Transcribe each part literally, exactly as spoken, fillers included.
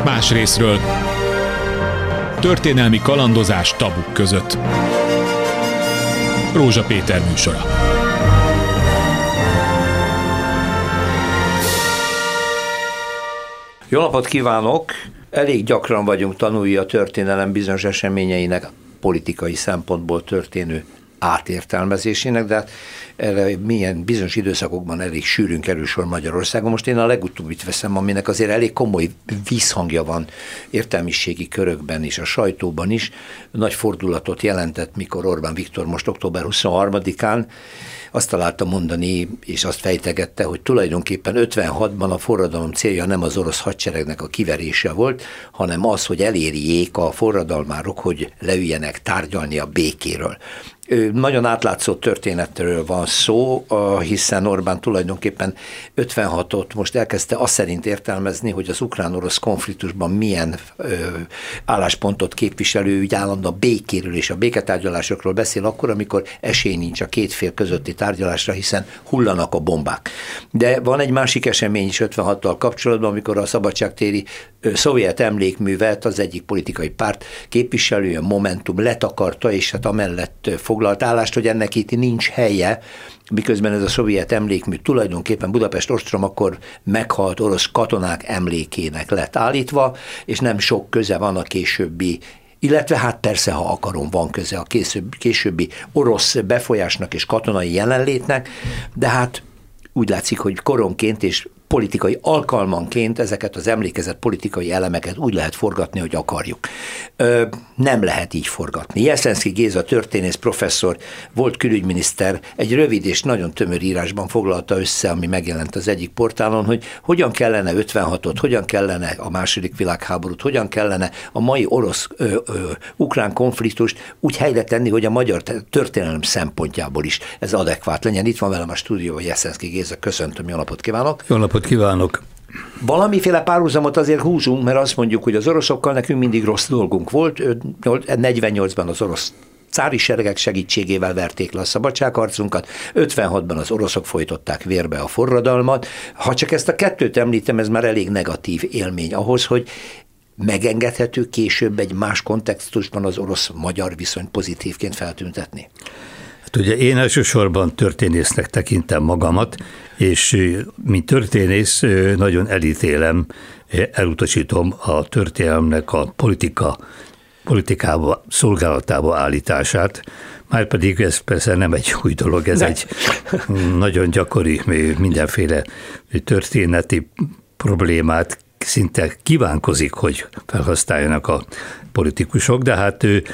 más részről. Történelmi kalandozás tabuk között. Rózsa Péter műsora. Jó napot kívánok! Elég gyakran vagyunk tanulni a történelem bizonyos eseményeinek politikai szempontból történő átértelmezésének, de hát erre milyen bizonyos időszakokban elég sűrűn kerül sor Magyarországon. Most én a legutóbbit veszem, aminek azért elég komoly visszhangja van értelmiségi körökben és a sajtóban is. Nagy fordulatot jelentett, mikor Orbán Viktor most október huszonharmadikán azt találta mondani, és azt fejtegette, hogy tulajdonképpen ötvenhatban a forradalom célja nem az orosz hadseregnek a kiverése volt, hanem az, hogy elérjék a forradalmárok, hogy leüljenek tárgyalni a békéről. Nagyon átlátszó történetről van szó, hiszen Orbán tulajdonképpen ötvenhatot most elkezdte azt szerint értelmezni, hogy az ukrán-orosz konfliktusban milyen álláspontot képviselő, úgy állandóan a békéről és a béketárgyalásokról beszél akkor, amikor esély nincs a két fél közötti tárgyalásra, hiszen hullanak a bombák. De van egy másik esemény is ötvenhattal kapcsolatban, amikor a szabadságtéri szovjet emlékművet az egyik politikai párt képviselője, Momentum letakarta, és hát amellett foglalt állást, hogy ennek itt nincs helye, miközben ez a szovjet emlékmű tulajdonképpen Budapest ostrom akkor meghalt orosz katonák emlékének lett állítva, és nem sok köze van a későbbi, illetve hát persze, ha akarom, van köze a későbbi, későbbi orosz befolyásnak és katonai jelenlétnek, de hát úgy látszik, hogy koronként és politikai alkalmanként ezeket az emlékezett politikai elemeket úgy lehet forgatni, hogy akarjuk. Ö, nem lehet így forgatni. Jeszenszky Géza történész professzor, volt külügyminiszter, egy rövid és nagyon tömör írásban foglalta össze, ami megjelent az egyik portálon, hogy hogyan kellene ötvenhatot, hogyan kellene a második világháborút, hogyan kellene a mai orosz-ukrán konfliktust úgy helyre tenni, hogy a magyar történelem szempontjából is ez adekvát legyen. Itt van velem a stúdióban Jeszenszky Géza, köszöntöm, jó napot kívánok! Jó napot kívánok! Valamiféle párhuzamot azért húzunk, mert azt mondjuk, hogy az oroszokkal nekünk mindig rossz dolgunk volt. negyvennyolcban az orosz cári seregek segítségével verték le a szabadságharcunkat, ötvenhatban az oroszok folytották vérbe a forradalmat. Ha csak ezt a kettőt említem, ez már elég negatív élmény ahhoz, hogy megengedhető később egy más kontextusban az orosz-magyar viszonyt pozitívként feltüntetni. Ugye én elsősorban történésznek tekintem magamat, és mint történész nagyon elítélem, elutasítom a történelemnek a politika, politikába, szolgálatába állítását, márpedig ez persze nem egy új dolog, ez ne. egy nagyon gyakori mindenféle történeti problémát szinte kívánkozik, hogy felhasználjanak a politikusok, de hát ő,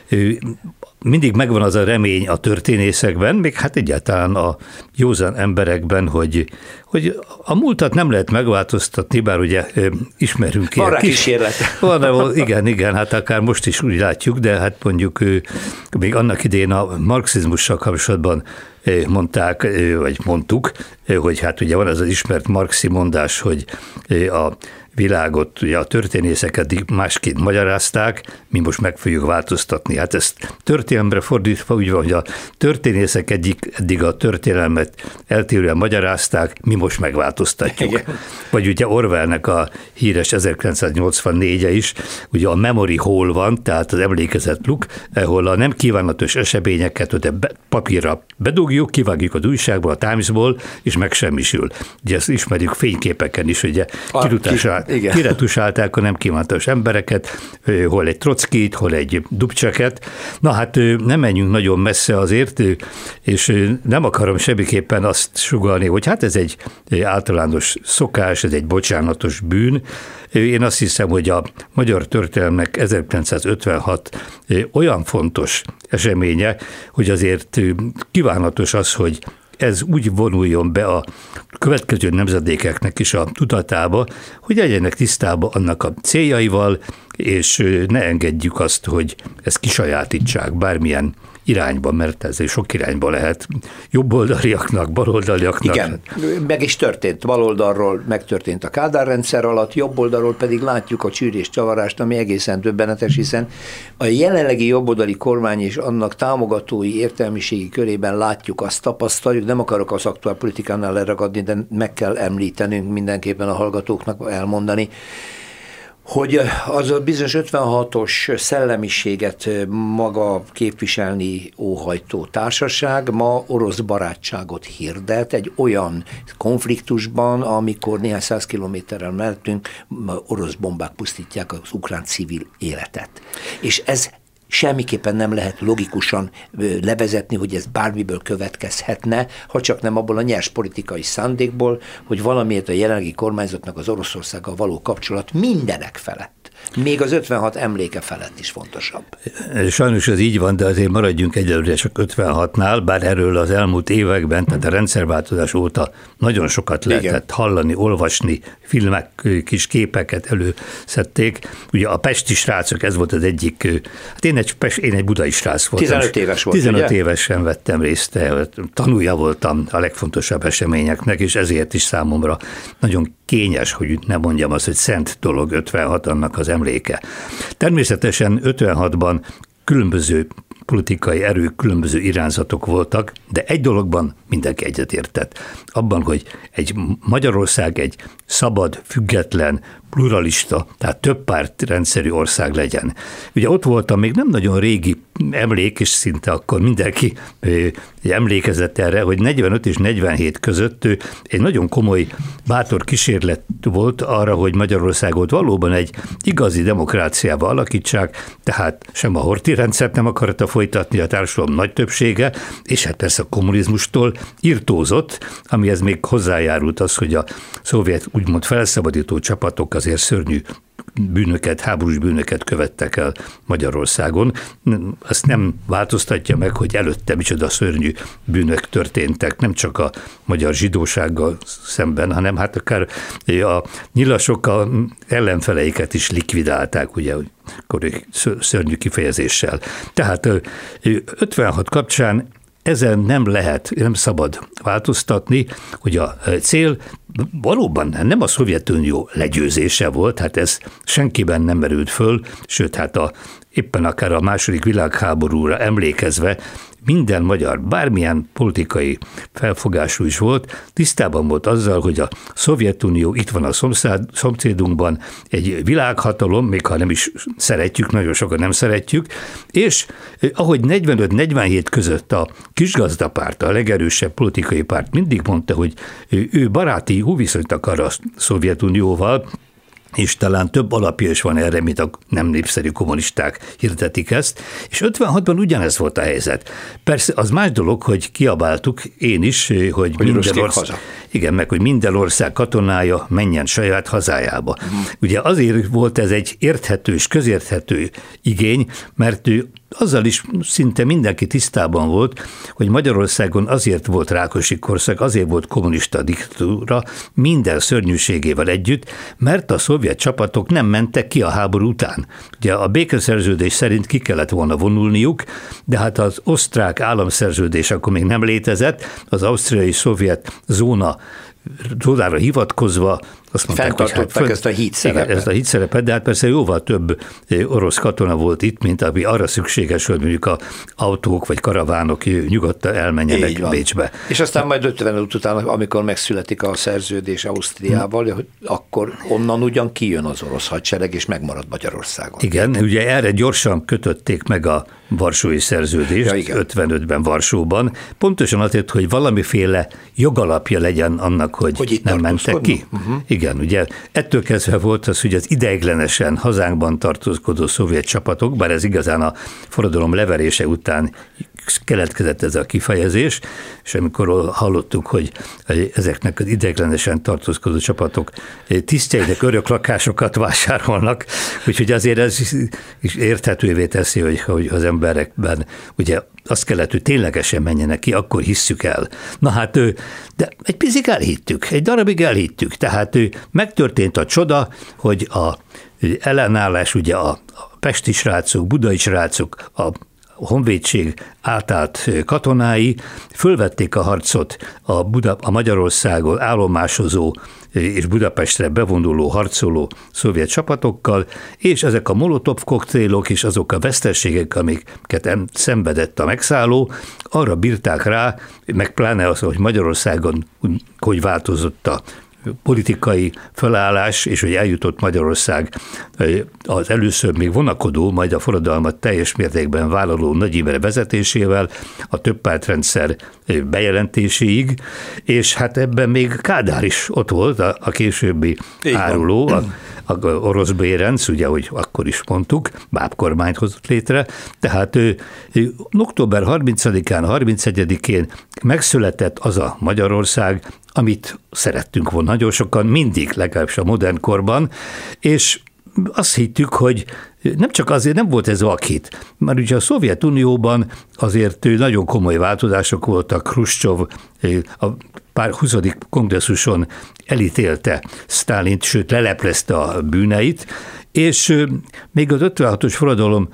ő mindig megvan az a remény a történészekben, még hát egyáltalán a józan emberekben, hogy, hogy a múltat nem lehet megváltoztatni, bár ugye ismerünk ilyen kis... kísérlet. Van, igen, igen, hát akár most is úgy látjuk, de hát mondjuk még annak idején a marxizmussal kapcsolatban mondták, vagy mondtuk, hogy hát ugye van ez az ismert marxi mondás, hogy a világot, ugye a történészek eddig másként magyarázták, mi most meg fogjuk változtatni. Hát ezt történelemre fordítva úgy van, hogy a történészek eddig, eddig a történelmet eltérően magyarázták, mi most megváltoztatjuk. Igen. Vagy ugye Orwellnek a híres ezerkilencszáznyolcvannégye is, ugye a memory hole van, tehát az emlékezet luk, ahol a nem kívánatos eseményeket ugye be, papírra bedugjuk, kivágjuk az újságból, a Timesból, és megsemmisül. Ugye ezt ismerjük fényképeken is, ugye kirutásra kiretusálták a nem kívánatos embereket, hol egy Trockit, hol egy Dubčeket. Na hát nem menjünk nagyon messze azért, és nem akarom semmiképpen azt sugallni, hogy hát ez egy általános szokás, ez egy bocsánatos bűn. Én azt hiszem, hogy a magyar történelemnek ezerkilencszázötvenhat olyan fontos eseménye, hogy azért kívánatos az, hogy ez úgy vonuljon be a következő nemzedékeknek is a tudatába, hogy legyenek tisztában annak a céljaival, és ne engedjük azt, hogy ezt kisajátítsák bármilyen irányba, mert ez sok irányba lehet. Jobboldaliaknak, baloldaliaknak. Igen, meg is történt. Baloldalról megtörtént a Kádár rendszer alatt, jobboldalról pedig látjuk a csűrés csavarást, ami egészen döbbenetes, hiszen a jelenlegi jobboldali kormány és annak támogatói értelmiségi körében látjuk, azt tapasztaljuk, nem akarok az aktuál politikánál leragadni, de meg kell említenünk mindenképpen a hallgatóknak elmondani, hogy az a bizonyos ötvenhatos szellemiséget maga képviselni óhajtó társaság ma orosz barátságot hirdet egy olyan konfliktusban, amikor néhány száz kilométerrel mellettünk orosz bombák pusztítják az ukrán civil életet. És ez semmiképpen nem lehet logikusan levezetni, hogy ez bármiből következhetne, ha csak nem abból a nyers politikai szándékból, hogy valamiért a jelenlegi kormányzatnak az Oroszországgal való kapcsolat mindenek felett, még az ötvenhat emléke felett is fontosabb. Sajnos ez így van, de azért maradjunk egyelőre csak ötvenhatnál, bár erről az elmúlt években, tehát a rendszerváltozás óta nagyon sokat lehetett Igen. hallani, olvasni, filmek, kis képeket előszedték. Ugye a pesti srácok, ez volt az egyik, hát én egy, én egy budai srác voltam. tizenöt éves volt, tizenöt ugye? évesen vettem részt, tanulja voltam a legfontosabb eseményeknek, és ezért is számomra nagyon kényes, hogy nem mondjam azt, hogy szent dolog ötvenhat annak az emléke. Természetesen ötvenhatban különböző politikai erők, különböző irányzatok voltak, de egy dologban mindenki egyetértett. Abban, hogy egy Magyarország egy szabad, független, pluralista, tehát több pártrendszerű ország legyen. Ugye ott voltam még nem nagyon régi emlék, és szinte akkor mindenki emlékezett erre, hogy negyvenöt és negyvenhét között egy nagyon komoly, bátor kísérlet volt arra, hogy Magyarországot valóban egy igazi demokráciába alakítsák, tehát sem a Horthy rendszert nem akarta folytatni a társadalom nagy többsége, és hát persze a kommunizmustól irtózott, amihez még hozzájárult az, hogy a szovjet úgymond felszabadító csapatok azért szörnyű bűnöket, háborús bűnöket követtek el Magyarországon. Azt nem változtatja meg, hogy előtte micsoda szörnyű bűnök történtek, nem csak a magyar zsidósággal szemben, hanem hát akár a nyilasok a ellenfeleiket is likvidálták, ugye, akkor szörnyű kifejezéssel. Tehát ötvenhat kapcsán ezen nem lehet, nem szabad változtatni, hogy a cél valóban nem a Szovjetunió legyőzése volt, hát ez senkiben nem merült föl, sőt, hát a, éppen akár a második világháborúra emlékezve minden magyar, bármilyen politikai felfogású is volt, tisztában volt azzal, hogy a Szovjetunió itt van a szomszád, szomszédunkban, egy világhatalom, még ha nem is szeretjük, nagyon sokan nem szeretjük, és ahogy negyvenöt negyvenhét között a kisgazdapárt, a legerősebb politikai párt mindig mondta, hogy ő baráti húviszonyt akar a Szovjetunióval, és talán több alapja is van erre, mint a nem népszerű kommunisták hirdetik ezt, és ötvenhatban ugyanez volt a helyzet. Persze az más dolog, hogy kiabáltuk, én is, hogy, hogy minden ország, igen, meg hogy minden ország katonája menjen saját hazájába. Hmm. Ugye azért volt ez egy érthető és közérthető igény, mert ő azzal is szinte mindenki tisztában volt, hogy Magyarországon azért volt Rákosi korszak, azért volt kommunista diktatúra minden szörnyűségével együtt, mert a szovjet csapatok nem mentek ki a háború után. Ugye a békeszerződés szerint ki kellett volna vonulniuk, de hát az osztrák államszerződés akkor még nem létezett, az ausztriai szovjet zóna zónára hivatkozva azt mondták, fenntartották hogy hát, ezt a hídszerepet. Igen, ezt a hídszerepet, de hát persze jóval több orosz katona volt itt, mint ami arra szükséges, hogy mondjuk a autók vagy karavánok nyugodtan elmenjenek Bécsbe. És aztán majd ötvenöt után, amikor megszületik a szerződés Ausztriával, hogy akkor onnan ugyan kijön az orosz hadsereg, és megmarad Magyarországon. Igen, ugye erre gyorsan kötötték meg a Varsói Szerződést, ja, ötvenötben Varsóban, pontosan azért, hogy valamiféle jogalapja legyen annak, hogy, hogy nem mentek ki. Uh-huh. Igen, ugye ettől kezdve volt az, hogy az ideiglenesen hazánkban tartózkodó szovjet csapatok, bár ez igazán a forradalom leverése után keletkezett ez a kifejezés, és amikor hallottuk, hogy ezeknek az ideiglenesen tartózkodó csapatok tisztjeinek örök lakásokat vásárolnak, úgyhogy azért ez is érthetővé teszi, hogy, hogy az emberekben ugye azt kellett, hogy ténylegesen menjenek ki, akkor hisszük el. Na hát, de egy picit elhittük, egy darabig elhittük, tehát megtörtént a csoda, hogy a ellenállás, ugye a pesti srácok, budai srácok, a honvédség átállt katonái fölvették a harcot a, Buda, a Magyarországon állomásozó és Budapestre bevonuló harcoló szovjet csapatokkal, és ezek a molotov koktélok és azok a veszteségek, amiket szenvedett a megszálló, arra bírták rá, meg pláne az, hogy Magyarországon hogy változott a politikai felállás, és hogy eljutott Magyarország az először még vonakodó, majd a forradalmat teljes mértékben vállaló Nagy Imre vezetésével a többpártrendszer bejelentéséig, és hát ebben még Kádár is ott volt, a, a későbbi áruló, a, a Orosz Bérenc, ugye, hogy akkor is mondtuk, bábkormányt hozott létre, tehát ő, ő, október harmincadikán, harmincegyedikén megszületett az a Magyarország, amit szerettünk volna nagyon sokan, mindig, legalábbis a modern korban, és azt hittük, hogy nem csak azért nem volt ez vakít, mert ugye a Szovjetunióban azért nagyon komoly változások voltak, Hruscsov a pár huszadik kongresszuson elítélte Sztálint, sőt leleplezte a bűneit, és még az ötvenhatos forradalom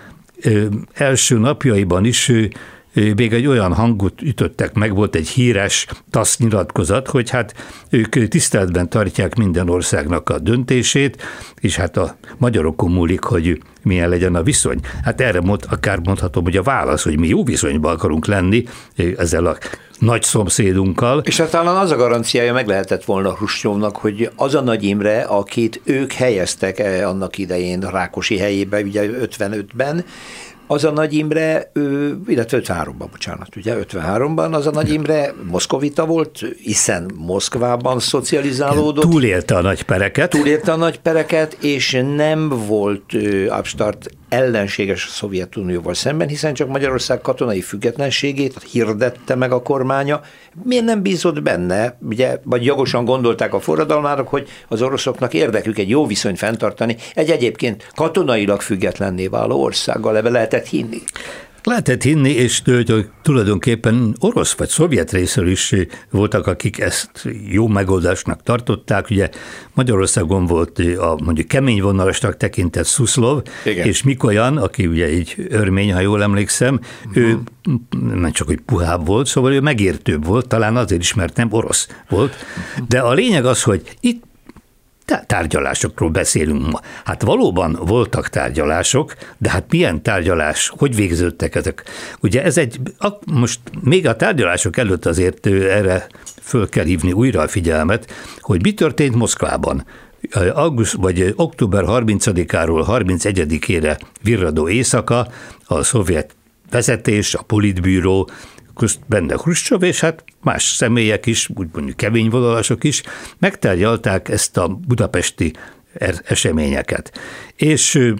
első napjaiban is még egy olyan hangot ütöttek meg, volt egy híres TASZ nyilatkozat, hogy hát ők tiszteletben tartják minden országnak a döntését, és hát a magyarokon múlik, hogy milyen legyen a viszony. Hát erre mond, akár mondhatom, hogy a válasz, hogy mi jó viszonyban akarunk lenni ezzel a nagy szomszédunkkal. És hát talán az a garanciája meg lehetett volna Hruscsovnak, hogy az a Nagy Imre, akit ők helyeztek annak idején Rákosi helyébe, ugye ötvenötben, az a Nagy Imre, illetve ötvenháromban, bocsánat, ugye ötvenháromban az a Nagy Imre moszkovita volt, hiszen Moszkvában szocializálódott. Túlélte a nagy pereket. Túlélte a nagy pereket, és nem volt abstart ellenséges a Szovjetunióval szemben, hiszen csak Magyarország katonai függetlenségét hirdette meg a kormánya. Miért nem bízott benne? Ugye, vagy jogosan gondolták a forradalmárok, hogy az oroszoknak érdekük egy jó viszonyt fenntartani, egy egyébként katonailag függetlenné váló országgal, ebbe lehetett hinni. Lehetett hinni, és tulajdonképpen orosz vagy szovjet részről is voltak, akik ezt jó megoldásnak tartották. Ugye Magyarországon volt a mondjuk keményvonalasnak tekintett Szuszlov, igen, és Mikoyan, aki ugye egy örmény, ha jól emlékszem, uh-huh. ő nem csak, hogy puhább volt, szóval ő megértőbb volt, talán azért is, mert nem orosz volt. De a lényeg az, hogy itt tárgyalásokról beszélünk ma. Hát valóban voltak tárgyalások, de hát milyen tárgyalás, hogy végződtek ezek? Ugye ez egy, most még a tárgyalások előtt azért erre föl kell hívni újra a figyelmet, hogy mi történt Moszkvában. Auguszt, vagy október harmincadikáról harmincegyedikére virradó éjszaka, a szovjet vezetés, a politbűró, közt benne Hruscsov, és hát más személyek is, úgy mondjuk keményvonalasok is, megtárgyalták ezt a budapesti eseményeket. És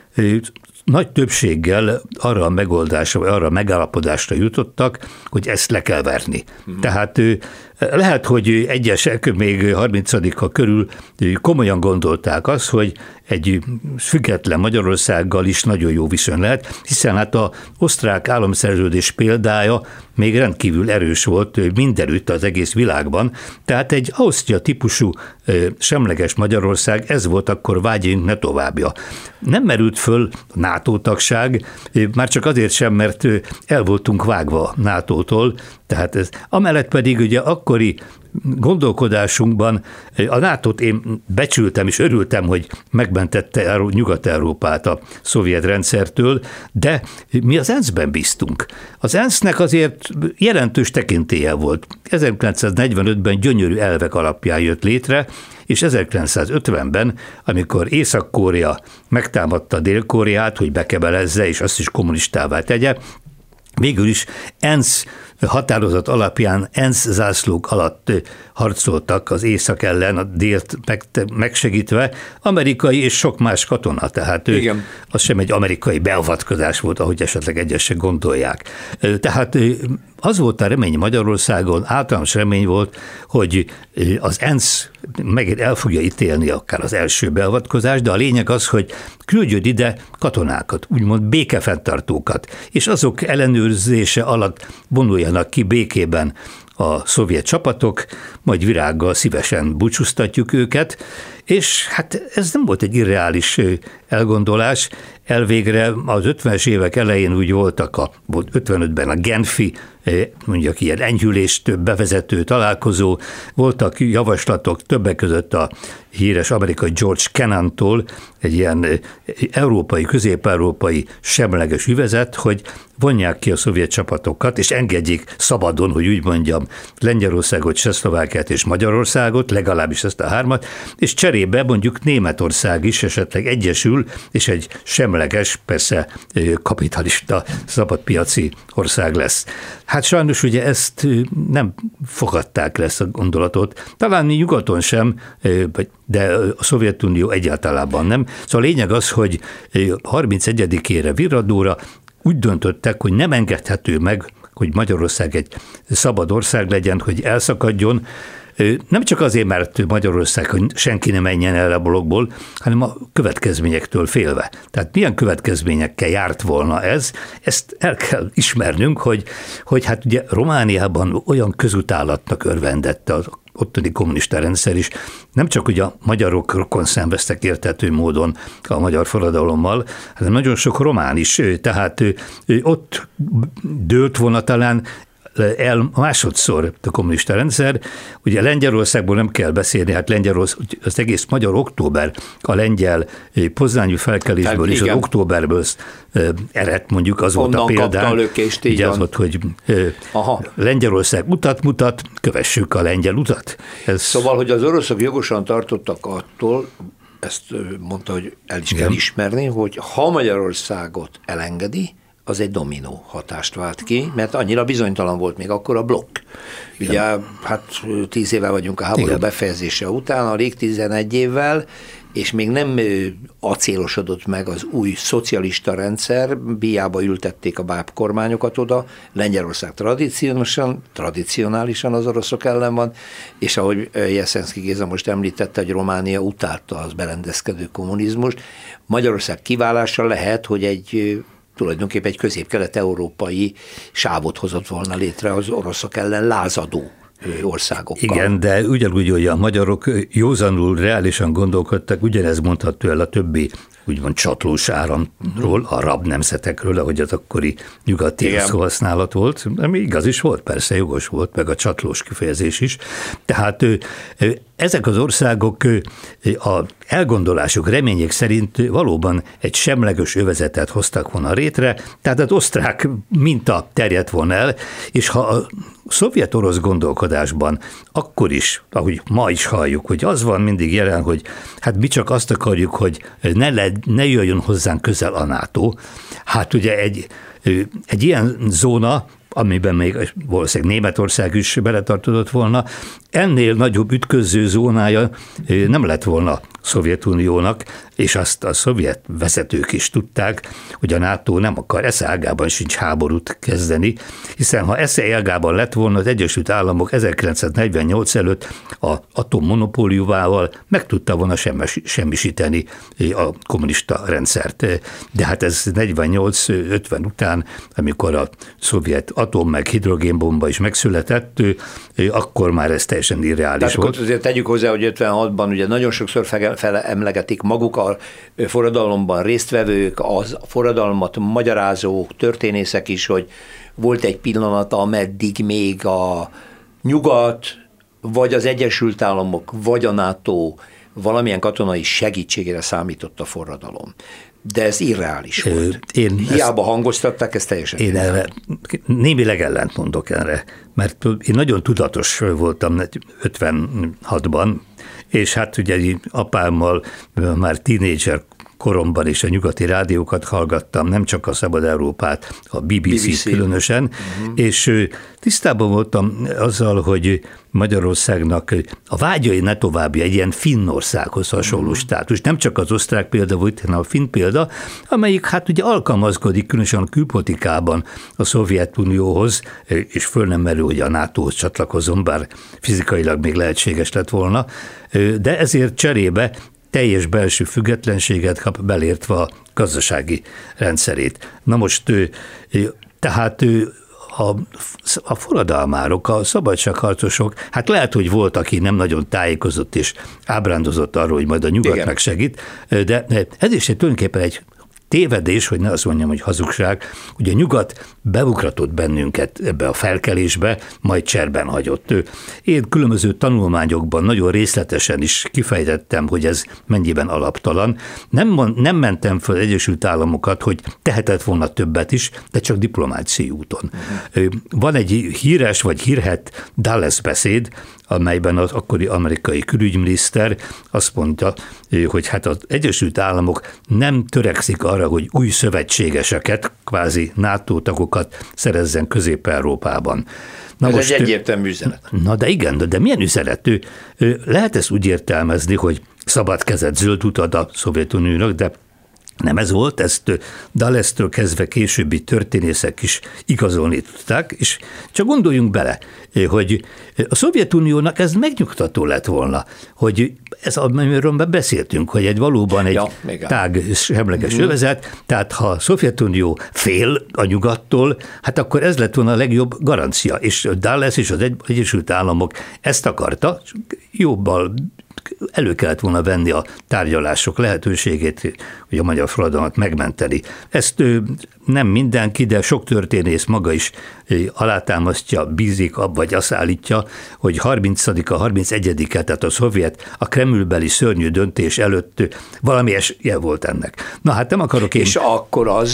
nagy többséggel arra a megoldásra, vagy arra a megállapodásra jutottak, hogy ezt le kell verni. Uh-huh. Tehát lehet, hogy egyesek még harmincadika körül komolyan gondolták azt, hogy egy független Magyarországgal is nagyon jó viszony lehet, hiszen hát az osztrák államszerződés példája még rendkívül erős volt mindenütt az egész világban, tehát egy Ausztria típusú semleges Magyarország, ez volt akkor vágyjunk ne továbbja. Nem merült föl NATO tagság, már csak azért sem, mert el voltunk vágva nátótól, tehát ez, amellett pedig ugye akkori gondolkodásunkban a nátót én becsültem és örültem, hogy megmentette Nyugat-Európát a szovjet rendszertől, de mi az ENSZ-ben bíztunk. Az ENSZ-nek azért jelentős tekintélye volt. ezerkilencszáznegyvenötben gyönyörű elvek alapján jött létre, és ezerkilencszázötvenben, amikor Észak-Korea megtámadta Dél-Koreát, hogy bekebelezze, és azt is kommunistává tegye, végül is ENSZ határozat alapján ENSZ zászlók alatt harcoltak az észak ellen, a délt megsegítve, amerikai és sok más katona, tehát ő, az sem egy amerikai beavatkozás volt, ahogy esetleg egyesek gondolják. Tehát az volt a remény Magyarországon, általános remény volt, hogy az ENSZ meg el fogja ítélni akár az első beavatkozást, de a lényeg az, hogy küldjön ide katonákat, úgymond békefenntartókat, és azok ellenőrzése alatt vonuljanak ki békében a szovjet csapatok, majd virággal szívesen búcsúztatjuk őket, És hát ez nem volt egy irreális elgondolás, elvégre az ötvenes évek elején úgy voltak, a, volt ötvenötben a Genfi, mondjuk ilyen enyhülést bevezető találkozó, voltak javaslatok többek között a híres amerikai George Kennantól, egy ilyen európai, közép-európai semleges üvezet, hogy vonják ki a szovjet csapatokat, és engedjék szabadon, hogy úgy mondjam, Lengyelországot, Csehszlovákiát és Magyarországot, legalábbis ezt a hármat, és cserébe mondjuk Németország is esetleg egyesül, és egy semleges, persze kapitalista, szabadpiaci ország lesz. Hát sajnos ugye ezt nem fogadták le, ezt a gondolatot. Talán nyugaton sem, de a Szovjetunió egyáltalán nem. Szóval a lényeg az, hogy harmincegyedikére virradóra úgy döntöttek, hogy nem engedhető meg, hogy Magyarország egy szabad ország legyen, hogy elszakadjon. Nem csak azért, mert Magyarország, hogy senki ne menjen el a blokkból, hanem a következményektől félve. Tehát milyen következményekkel járt volna ez, ezt el kell ismernünk, hogy, hogy hát ugye Romániában olyan közutálatnak örvendett az ottani kommunista rendszer is. Nem csak ugye a magyarok rokon szenveztek érthető módon a magyar forradalommal, hanem nagyon sok román is. Tehát ott dőlt volna talán el másodszor a kommunista rendszer. Ugye Lengyelországból nem kell beszélni, hát Lengyelország, az egész magyar október, a lengyel poznányi felkelésből és az októberből eredt, mondjuk, az onnan volt a példán. Lökést, így ugye az volt, hogy Aha. Lengyelország utat mutat, kövessük a lengyel utat. Ez... Szóval, hogy az oroszok jogosan tartottak attól, ezt mondta, hogy el is kell ismerni, hogy ha Magyarországot elengedi, az egy dominó hatást vált ki, mert annyira bizonytalan volt még akkor a blokk. Ugye, igen. Hát tíz éve vagyunk a háború igen. befejezése után, alig tizenegy évvel, és még nem acélosodott meg az új szocialista rendszer, bíjába ültették a báb kormányokat oda, Lengyelország tradicionálisan, tradicionálisan az oroszok ellen van, és ahogy Jeszenszky Géza most említette, hogy Románia utálta az berendezkedő kommunizmust, Magyarország kiválása lehet, hogy egy tulajdonképpen egy közép-kelet-európai sávot hozott volna létre az oroszok ellen lázadó országokkal. Igen, de ugyanúgy, hogy a magyarok józanul, reálisan gondolkodtak, ugyanez mondható el a többi úgymond csatlós áramról, a rab nemzetekről, ahogy az akkori nyugati szóhasználat volt, ami igaz is volt, persze jogos volt, meg a csatlós kifejezés is. Tehát ezek az országok a elgondolások, remények szerint valóban egy semleges övezetet hoztak volna létre, tehát az osztrák minta terjedt volna el, és ha a szovjet-orosz gondolkodásban akkor is, ahogy ma is halljuk, hogy az van mindig jelen, hogy hát mi csak azt akarjuk, hogy ne, le, ne jöjjön hozzánk közel a NATO. Hát ugye egy, egy ilyen zóna, amiben még valószínűleg Németország is beletartozott volna, ennél nagyobb ütköző zónája nem lett volna Szovjetuniónak, és azt a szovjet vezetők is tudták, hogy a NATO nem akar esze ágában sincs háborút kezdeni, hiszen ha esze ágában lett volna, az Egyesült Államok ezerkilencszáznegyvennyolc előtt a atommonopóliumával meg tudta volna semmis, semmisíteni a kommunista rendszert. De hát ez negyvennyolc ötven után, amikor a szovjet atom meg hidrogénbomba is megszületett, akkor már ez teljesen irreális Tehát volt. Azért tegyük hozzá, hogy ötvenhatban ugye nagyon sokszor fele emlegetik maguk a forradalomban résztvevők, az forradalmat magyarázók, történészek is, hogy volt egy pillanat, ameddig még a nyugat, vagy az Egyesült Államok, vagy a NATO valamilyen katonai segítségére számított a forradalom. De ez irreális volt. Én Hiába ezt, hangoztatták, ez teljesen Én erre némileg ellent mondok erre, mert én nagyon tudatos voltam ötvenhatban, és hát ugye apámmal már tínédzser koromban is a nyugati rádiókat hallgattam, nem csak a Szabad Európát, a bé bé cét bé bé cé. Különösen, uh-huh. és tisztában voltam azzal, hogy Magyarországnak a vágyai ne további egy ilyen Finnországhoz hasonló uh-huh. státus. Nem csak az osztrák példa volt, hanem a finn példa, amelyik hát ugye alkalmazkodik különösen a külpolitikában a Szovjetunióhoz, és föl nem merül, hogy a nátóhoz csatlakozom, bár fizikailag még lehetséges lett volna, de ezért cserébe teljes belső függetlenséget kap, belértve a gazdasági rendszerét. Na most, tehát a, a forradalmárok, a szabadságharcosok, hát lehet, hogy volt, aki nem nagyon tájékozott és ábrándozott arról, hogy majd a nyugatnak segít, de ez is egy tulajdonképpen egy tévedés, hogy ne azt mondjam, hogy hazugság, ugye a nyugat beugratott bennünket ebbe a felkelésbe, majd cserben hagyott. Én különböző tanulmányokban nagyon részletesen is kifejtettem, hogy ez mennyiben alaptalan. Nem, nem mentem föl Egyesült Államokat, hogy tehetett volna többet is, de csak diplomáciai úton. Uh-huh. Van egy híres vagy hírhedt Dulles beszéd, amelyben az akkori amerikai külügyminiszter azt mondta, hogy hát az Egyesült Államok nem törekszik arra, hogy új szövetségeseket, kvázi NATO tagokat szerezzen Közép-Európában. Na Ez most, egy egyértelmű üzenet. Na de igen, de, de milyen üzenet? Lehet ezt úgy értelmezni, hogy szabad kezet, zöld utat a Szovjetuniónak, de nem ez volt, ezt Dullestől kezdve későbbi történészek is igazolni tudták, és csak gondoljunk bele, hogy a Szovjetuniónak ez megnyugtató lett volna, hogy ez, amiről beszéltünk, hogy egy valóban egy ja, tág, semleges mm. övezet, tehát ha a Szovjetunió fél a nyugattól, hát akkor ez lett volna a legjobb garancia, és Dulles és az Egyesült Államok ezt akarta, jobbal elő kellett volna venni a tárgyalások lehetőségét, hogy a magyar forradalmat megmenteni. Ezt nem mindenki, de sok történész maga is alátámasztja, bízik, vagy azt állítja, hogy harmincadika, harmincegyedike, tehát a szovjet, a kremlbeli szörnyű döntés előtt valami esélye volt ennek. Na hát nem akarok én... És akkor az,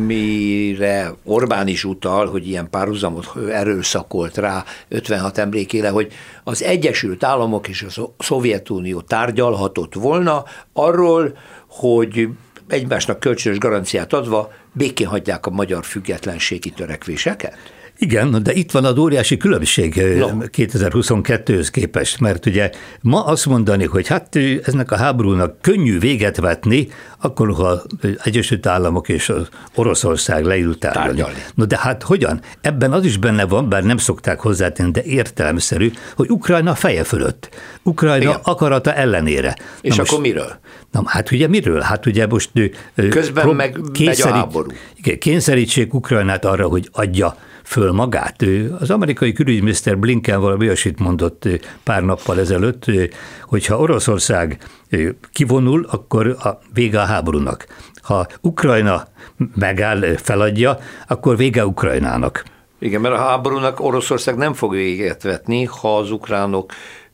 amire Orbán is utal, hogy ilyen párhuzamot erőszakolt rá ötvenhat emlékére, hogy az Egyesült Államok és a Szovjetunió tárgyalhatott volna arról, hogy egymásnak kölcsönös garanciát adva békén hagyják a magyar függetlenségi törekvéseket? Igen, de itt van az óriási különbség no. kétezer-huszonkettőhöz képest, mert ugye ma azt mondani, hogy hát eznek a háborúnak könnyű véget vetni, akkor, ha az Egyesült Államok és az Oroszország leül tárgyalni. No de hát hogyan? Ebben az is benne van, bár nem szokták hozzátenni, de értelemszerű, hogy Ukrajna feje fölött. Ukrajna Igen. akarata ellenére. És na akkor most, miről? Na hát ugye miről? Hát ugye most... Közben prób- meg megy a háború. Igen, kényszerítsék Ukrajnát arra, hogy adja föl magát. Az amerikai külügyminiszter Blinken valami olyasmit mondott pár nappal ezelőtt, hogy ha Oroszország kivonul, akkor a vége a háborúnak. Ha Ukrajna megáll, feladja, akkor vége Ukrajnának. Igen, mert a háborúnak Oroszország nem fog véget vetni, ha az ukránok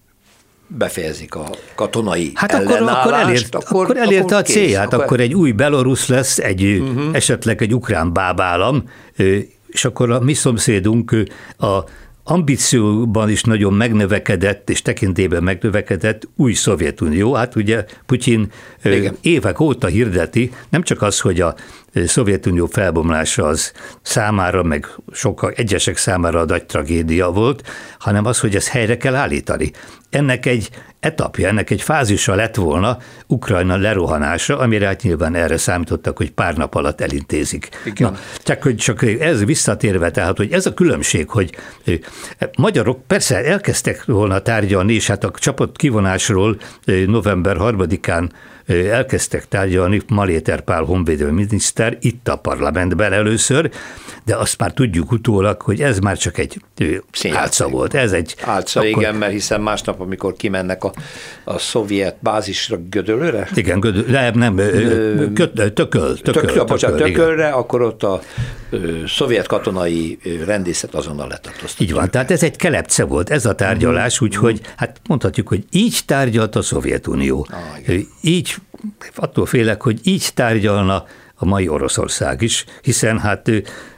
befejezik a katonai hát ellenállást. Akkor, akkor, elért, akkor, akkor elérte akkor a célját, kész, akkor... akkor egy új Belarus lesz, egy uh-huh. esetleg egy ukrán bábállam, és akkor a mi szomszédunk a ambícióban is nagyon megnövekedett, és tekintében megnövekedett új Szovjetunió. Hát ugye Putyin Igen. évek óta hirdeti, nem csak az, hogy a Szovjetunió felbomlása az számára, meg sokkal egyesek számára nagy tragédia volt, hanem az, hogy ezt helyre kell állítani. Ennek egy etapja, ennek egy fázisa lett volna Ukrajna lerohanása, amire hát nyilván erre számítottak, hogy pár nap alatt elintézik. Na, csak, hogy csak ez visszatérve, tehát, hogy ez a különbség, hogy magyarok persze elkezdtek volna tárgyalni, és hát a csapat kivonásról november harmadikán elkezdtek tárgyalni Maléter Pál honvédelmi miniszter itt a parlamentben először, de azt már tudjuk utólag, hogy ez már csak egy álca volt. Ez egy álca, akkor... igen, mert hiszen másnap, amikor kimennek a, a szovjet bázisra Gödöllőre? Igen, Gödöllőre, nem, nem köt, tököl, tököl, tököl, tököl, bocsánat, tökölre, akkor ott a ö, szovjet katonai rendészet azonnal letartóztatja. Így van, tehát ez egy kelepce volt, ez a tárgyalás, mm. úgyhogy hát mondhatjuk, hogy így tárgyalt a Szovjetunió. Ah, így, attól félek, hogy így tárgyalna a mai Oroszország is, hiszen hát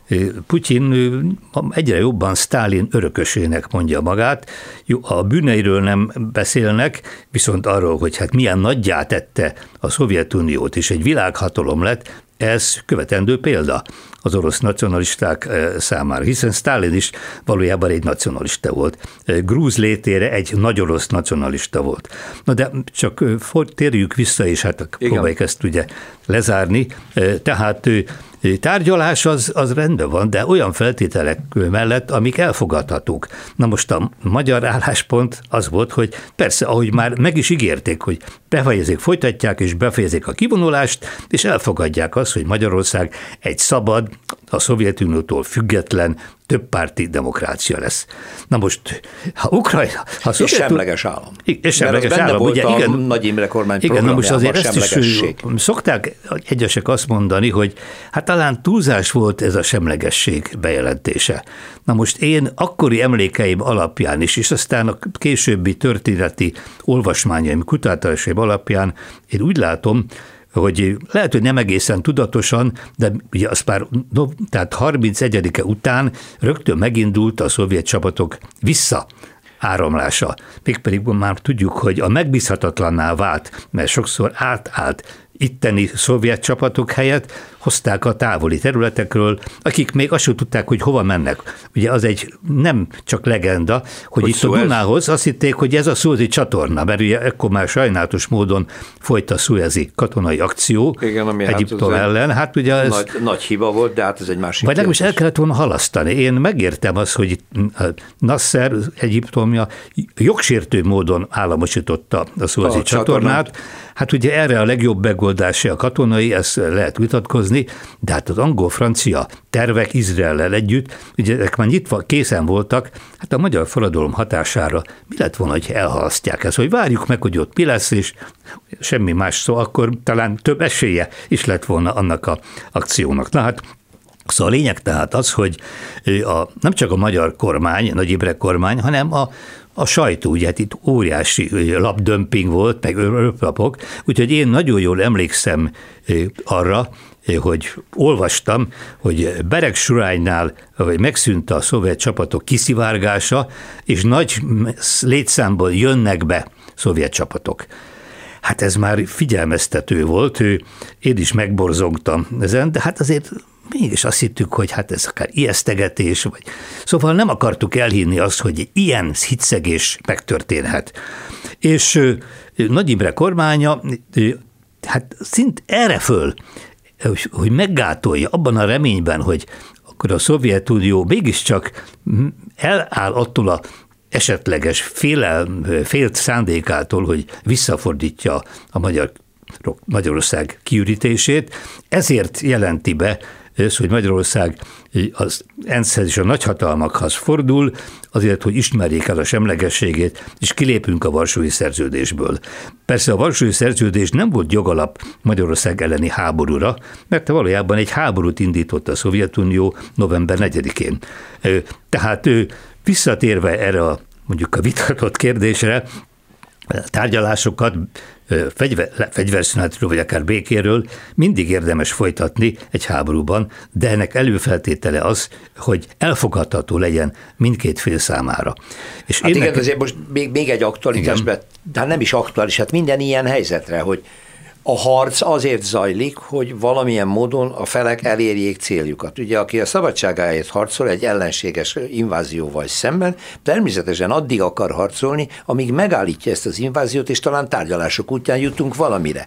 Putyin egyre jobban Sztálin örökösének mondja magát. A bűneiről nem beszélnek, viszont arról, hogy hát milyen nagyjá tette a Szovjetuniót, és egy világhatalom lett, ez követendő példa az orosz nacionalisták számára, hiszen Sztálin is valójában egy nacionalista volt. Grúz létére egy nagy orosz nacionalista volt. Na de csak térjük vissza, és hát próbáljuk ezt ugye lezárni. Tehát tárgyalás az, az rendben van, de olyan feltételek mellett, amik elfogadhatók. Na most a magyar álláspont az volt, hogy persze, ahogy már meg is ígérték, hogy befejezik, folytatják, és befejezik a kivonulást, és elfogadják azt, hogy Magyarország egy szabad, a Szovjetuniótól független, többpárti demokrácia lesz. Na most, ha Ukrajna... Ha és semleges állam. És semleges állam, ugye igen. Nagy Imre kormány igen, na most azért ezt is is szokták egyesek azt mondani, hogy hát talán túlzás volt ez a semlegesség bejelentése. Na most én akkori emlékeim alapján is, és aztán a későbbi történeti olvasmányaim, kutatásaim alapján én úgy látom, hogy lehet, hogy nem egészen tudatosan, de ugye az már, no, tehát harmincegyedike után rögtön megindult a szovjet csapatok vissza áramlása. Mégpedig már tudjuk, hogy a megbízhatatlanná vált, mert sokszor átállt itteni szovjet csapatok helyett hozták a távoli területekről, akik még azt sem tudták, hogy hova mennek. Ugye az egy nem csak legenda, hogy, hogy itt Suez. A Dunához azt hitték, hogy ez a Szuezi csatorna, mert ugye ekkor már sajnálatos módon folyt a szuezi katonai akció. Igen, ami Egyiptom hát ellen. Hát ugye ez nagy, nagy hiba volt, de hát ez egy másik. Vagy legalábbis el kellett volna halasztani. Én megértem azt, hogy Nasser Egyiptomja jogsértő módon államosította a Szuezi a csatornát. csatornát. Hát ugye erre a legjobb megoldása a katonai, ezt lehet vitatkozni, de hát az angol-francia tervek Izraellel együtt, ugye ezek már nyitva készen voltak, hát a magyar forradalom hatására mi lett volna, hogy elhalasztják ezt, hogy várjuk meg, hogy ott mi lesz, és semmi más szó, akkor talán több esélye is lett volna annak az akciónak. Na hát, szóval a lényeg tehát az, hogy a, nem csak a magyar kormány, Nagy Imre kormány, hanem a A sajtó, ugye hát itt óriási lapdömping volt, meg röplapok, úgyhogy én nagyon jól emlékszem arra, hogy olvastam, hogy Beregsuránynál megszűnt a szovjet csapatok kiszivárgása, és nagy létszámból jönnek be szovjet csapatok. Hát ez már figyelmeztető volt, én is megborzongtam ezen, de hát azért mégis azt hittük, hogy hát ez akár ijesztegetés, vagy szóval nem akartuk elhinni azt, hogy ilyen hitszegés megtörténhet. És Nagy Imre kormánya, hát szint erre föl, hogy meggátolja abban a reményben, hogy akkor a Szovjetunió mégiscsak eláll attól a esetleges félel, félt szándékától, hogy visszafordítja a Magyar, Magyarország kiürítését, ezért jelenti be ez, hogy Magyarország az ENSZ-hez és a nagyhatalmakhoz fordul, azért, hogy ismerjék el a semlegességét, és kilépünk a Varsói Szerződésből. Persze a Varsói Szerződés nem volt jogalap Magyarország elleni háborúra, mert valójában egy háborút indított a Szovjetunió november negyedikén. Tehát visszatérve erre a mondjuk a vitatott kérdésre, tárgyalásokat fegyver, fegyverszünetről, vagy akár békéről mindig érdemes folytatni egy háborúban, de ennek előfeltétele az, hogy elfogadható legyen mindkét fél számára. És hát igen, azért most még, még egy aktualitás, de hát nem is aktuális, hát minden ilyen helyzetre, hogy a harc azért zajlik, hogy valamilyen módon a felek elérjék céljukat. Ugye, aki a szabadságáért harcol egy ellenséges invázióval szemben, természetesen addig akar harcolni, amíg megállítja ezt az inváziót, és talán tárgyalások útján jutunk valamire.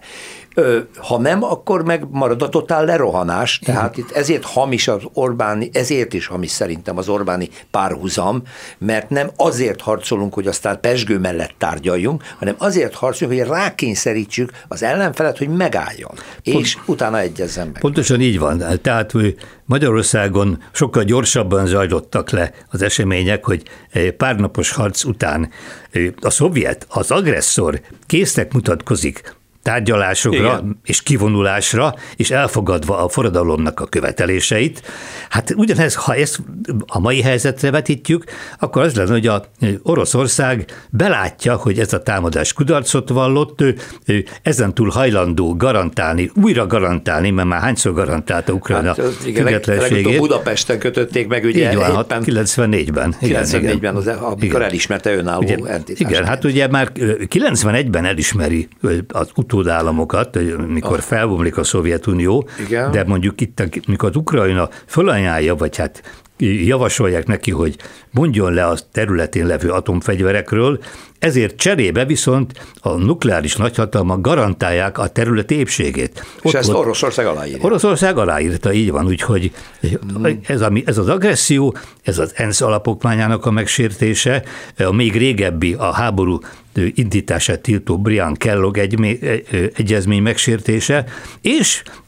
Ha nem, akkor meg marad a totál lerohanás, tehát itt ezért hamis az Orbáni, ezért is hamis szerintem az Orbáni párhuzam, mert nem azért harcolunk, hogy aztán pezsgő mellett tárgyaljunk, hanem azért harcolunk, hogy rákényszerítsük az ellenfelet, hogy megálljon, és Pont, utána egyezzen meg. Pontosan így van. Tehát Magyarországon sokkal gyorsabban zajlottak le az események, hogy párnapos harc után a szovjet, az agresszor késznek mutatkozik tárgyalásokra Igen. és kivonulásra, és elfogadva a forradalomnak a követeléseit. Hát ugyanez, ha ezt a mai helyzetre vetítjük, akkor az lenne, hogy a Oroszország belátja, hogy ez a támadás kudarcot vallott, ő, ő ezentúl hajlandó garantálni, újra garantálni, mert már hányszor garantálta Ukrajna hát, függetlenségét. Budapesten kötötték meg, ugye így van, éppen kilencvennégyben. kilencvennégyben, az, amikor igen. elismerte önálló entitás. Igen, hát ugye már kilencvenegyben elismeri az utódállamokat, mikor felbomlik a Szovjetunió, igen. de mondjuk itt, mikor az Ukrajna fölajánlja, vagy hát javasolják neki, hogy mondjon le a területén levő atomfegyverekről, ezért cserébe viszont a nukleáris nagyhatalmak garantálják a területi épségét. És ott ezt ott, Oroszország aláírja. Oroszország aláírta, így van, úgyhogy ez, a, ez az agresszió, ez az ENSZ alapokmányának a megsértése, a még régebbi, a háború indítását tiltó Brian Kellogg egy, egyezmény megsértése, és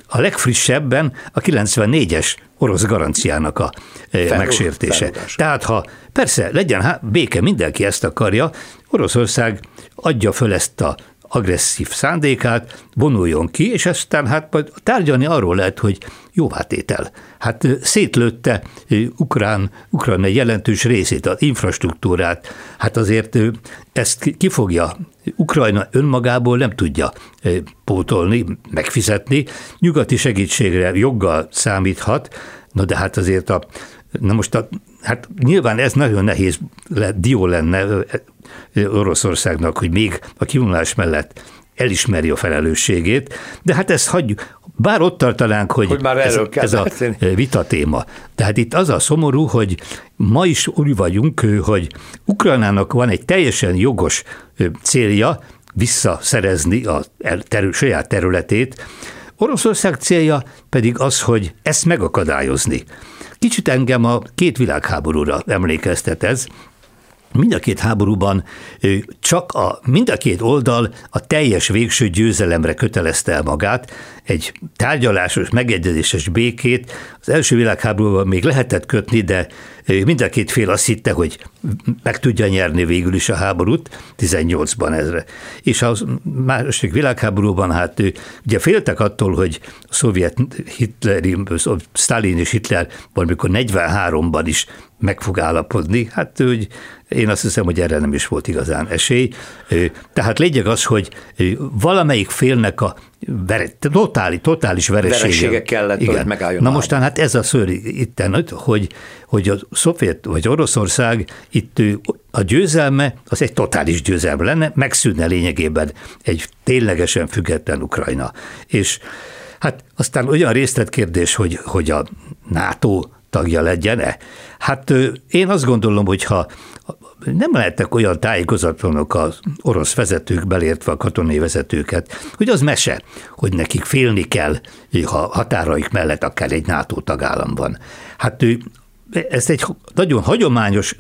a legfrissebben a kilencvennégyes orosz garanciának a Fel, megsértése. Felugás. Tehát ha persze legyen béke, mindenki ezt akarja, Oroszország adja föl ezt a agresszív szándékát, vonuljon ki, és aztán hát majd tárgyalni arról lehet, hogy jóvátétel. Hát szétlőtte Ukrán, Ukrán egy jelentős részét, az infrastruktúrát, hát azért ezt ki fogja, Ukrajna önmagából nem tudja pótolni, megfizetni, nyugati segítségre joggal számíthat, na de hát azért a, na most a, hát nyilván ez nagyon nehéz dió lenne Oroszországnak, hogy még a kivonulás mellett elismeri a felelősségét, de hát ezt hagyjuk, bár ott tartanánk, hogy, hogy már ez, ez a vita téma. De hát itt az a szomorú, hogy ma is úgy vagyunk, hogy Ukrajnának van egy teljesen jogos célja visszaszerezni a terü- saját területét, Oroszország célja pedig az, hogy ezt megakadályozni. Kicsit engem a két világháborúra emlékeztet ez. Mind a két háborúban csak a, mind a két oldal a teljes végső győzelemre kötelezte el magát. Egy tárgyalásos, megegyezéses békét az első világháborúban még lehetett kötni, de mind a két fél azt hitte, hogy meg tudja nyerni végül is a háborút, tizennyolcban ezre. És a második világháborúban hát ugye féltek attól, hogy a szovjet Hitleri, Sztálin és Hitler valamikor negyvenháromban is meg fog állapodni. Hát hogy én azt hiszem, hogy erre nem is volt igazán esély. Tehát lényeg az, hogy valamelyik félnek a totális, totális veresége. Veresége kellett, igen, hogy megálljon. Na mostan hát ez a szőr itten, hogy, hogy a szovjet vagy Oroszország itt a győzelme, az egy totális győzelme lenne, megszűnne lényegében egy ténylegesen független Ukrajna. És hát aztán olyan részletkérdés, hogy, hogy a NATO tagja legyen-e? Hát én azt gondolom, hogy ha nem lehetnek olyan tájékozatlanok az orosz vezetők, belértve a katonai vezetőket, hogy az mese, hogy nekik félni kell, ha határaik mellett akár egy NATO tagállam van. Hát ez egy nagyon hagyományos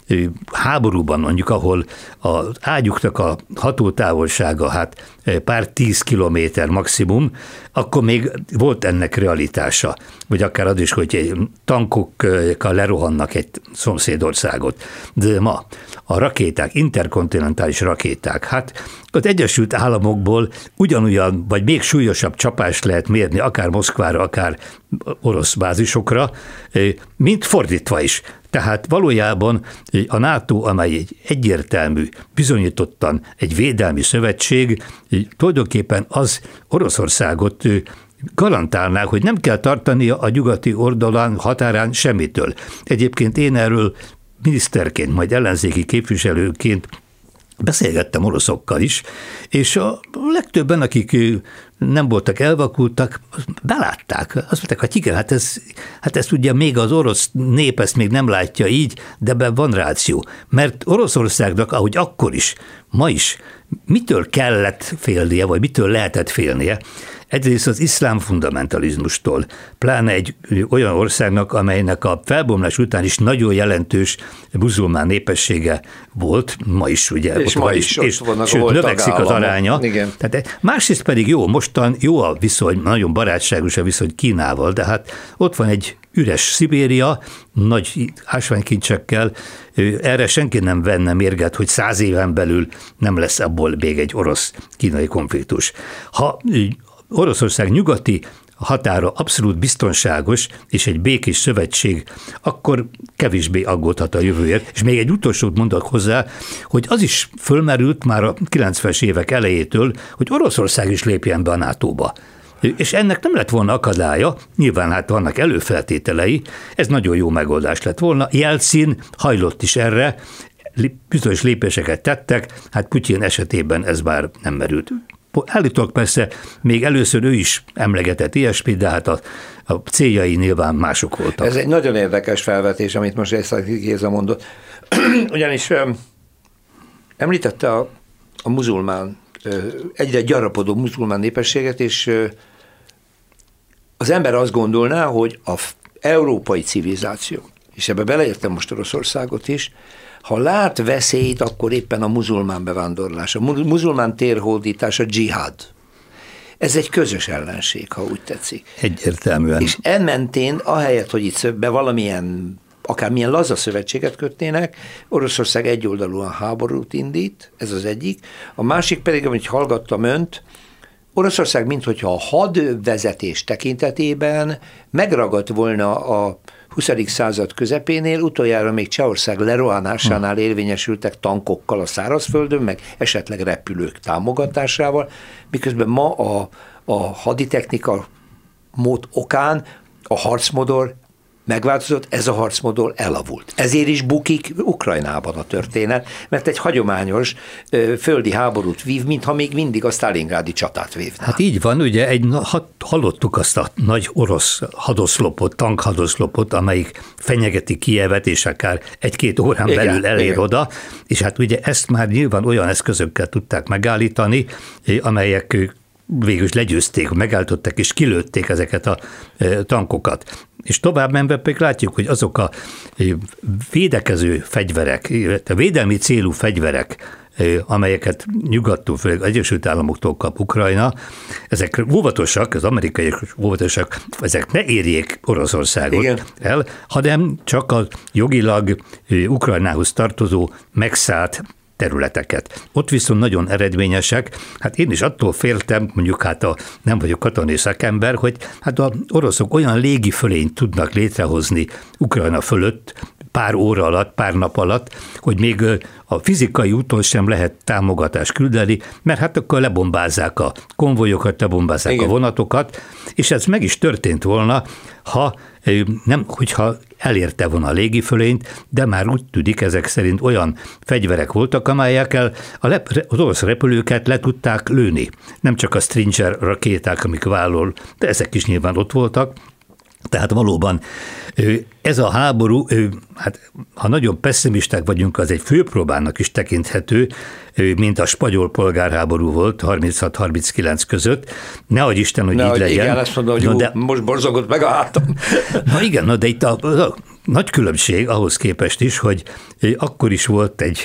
háborúban mondjuk, ahol az ágyuknak a hatótávolsága hát pár tíz kilométer maximum, akkor még volt ennek realitása, vagy akár az is, hogy tankokkal lerohannak egy szomszédországot. De ma a rakéták, interkontinentális rakéták, hát az Egyesült Államokból ugyanolyan, vagy még súlyosabb csapást lehet mérni, akár Moszkvára, akár orosz bázisokra, mint fordítva is. Tehát valójában a NATO, amely egy egyértelmű, bizonyítottan egy védelmi szövetség, tulajdonképpen az Oroszországot garantálná, hogy nem kell tartania a nyugati oldalán, határán semmitől. Egyébként én erről miniszterként, majd ellenzéki képviselőként beszélgettem oroszokkal is, és a legtöbben, akik nem voltak elvakultak, belátták. Azt mondták, hogy igen, hát ez, hát ezt ugye még az orosz nép ezt még nem látja így, de ebben van ráció. Mert Oroszországnak, ahogy akkor is, ma is, mitől kellett félnie, vagy mitől lehetett félnie? Egyrészt az iszlám fundamentalizmustól, pláne egy olyan országnak, amelynek a felbomlás után is nagyon jelentős muzulmán népessége volt, ma is ugye. És ma is, és, vannak, sőt, növekszik az aránya. Igen. Tehát másrészt pedig jó, mostan jó a viszony, nagyon barátságos a viszony Kínával, de hát ott van egy üres Szibéria, nagy ásványkincsekkel, erre senki nem venne mérget, hogy száz éven belül nem lesz abból még egy orosz-kínai konfliktus. Ha Oroszország nyugati határa abszolút biztonságos, és egy békés szövetség, akkor kevésbé aggódhat a jövőért. És még egy utolsót mondok hozzá, hogy az is fölmerült már a kilencvenes évek elejétől, hogy Oroszország is lépjen be a nátóba. És ennek nem lett volna akadálya, nyilván hát vannak előfeltételei, ez nagyon jó megoldás lett volna. Jelcin hajlott is erre, bizonyos lépéseket tettek, hát Putyin esetében ez már nem merült. Állítólag persze még először ő is emlegetett ilyesmit, de hát a, a céljai nyilván mások voltak. Ez egy nagyon érdekes felvetés, amit most Északi Géza mondott. Ugyanis um, említette a, a muzulmán, uh, egyre gyarapodó muzulmán népességet, és uh, az ember azt gondolná, hogy az európai civilizáció, és ebbe beleértem most Oroszországot is, ha lát veszélyt, akkor éppen a muzulmán bevándorlás, a muzulmán térhódítás, a dzsihád. Ez egy közös ellenség, ha úgy tetszik. Egyértelműen. És enmentén, ahelyett, hogy itt be valamilyen, akármilyen laza szövetséget kötnének, Oroszország egyoldalúan háborút indít, ez az egyik. A másik pedig, amit hallgattam önt, Oroszország minthogyha a hadvezetés tekintetében megragadt volna a huszadik század közepénél, utoljára még Csehország lerohanásánál érvényesültek tankokkal a szárazföldön, meg esetleg repülők támogatásával, miközben ma a, a haditechnika mód okán a harcmodor megváltozott, ez a harcmodor elavult. Ezért is bukik Ukrajnában a történet, mert egy hagyományos ö, földi háborút vív, mintha még mindig a sztálingrádi csatát vívná. Hát így van, ugye egy, hallottuk azt a nagy orosz hadoszlopot, tankhadoszlopot, amelyik fenyegeti Kijevet, és akár egy-két órán igen, belül elér igen. oda, és hát ugye ezt már nyilván olyan eszközökkel tudták megállítani, amelyek végül is legyőzték, megálltották és kilőtték ezeket a tankokat. És tovább menve pedig látjuk, hogy azok a védekező fegyverek, illetve védelmi célú fegyverek, amelyeket nyugattól, főleg az Egyesült Államoktól kap Ukrajna, ezek óvatosak, az amerikaiak óvatosak, ezek ne érjék Oroszországot igen. el, hanem csak a jogilag Ukrajnához tartozó megszállt területeket. Ott viszont nagyon eredményesek. Hát én is attól féltem, mondjuk hát a, nem vagyok katonai szakember, hogy hát az oroszok olyan légi fölényt tudnak létrehozni Ukrajna fölött, pár óra alatt, pár nap alatt, hogy még a fizikai úton sem lehet támogatást küldeni, mert hát akkor lebombázzák a konvojokat, lebombázzák igen. a vonatokat, és ez meg is történt volna, ha nem, hogyha elérte volna a légifölényt, de már úgy tűnik, ezek szerint olyan fegyverek voltak, amelyekkel a lep- az orosz repülőket le tudták lőni. Nem csak a Stinger rakéták, amik vállal, de ezek is nyilván ott voltak. Tehát valóban ez a háború, hát ha nagyon pessimisták vagyunk, az egy főpróbának is tekinthető, mint a spanyol polgárháború volt harminchat harminckilenc között. Nehogy Isten, hogy ne, így hogy legyen. Igen, azt mondom, hogy no, de, most borzogott meg a hátam. Na igen, na, de itt a, a nagy különbség ahhoz képest is, hogy akkor is volt egy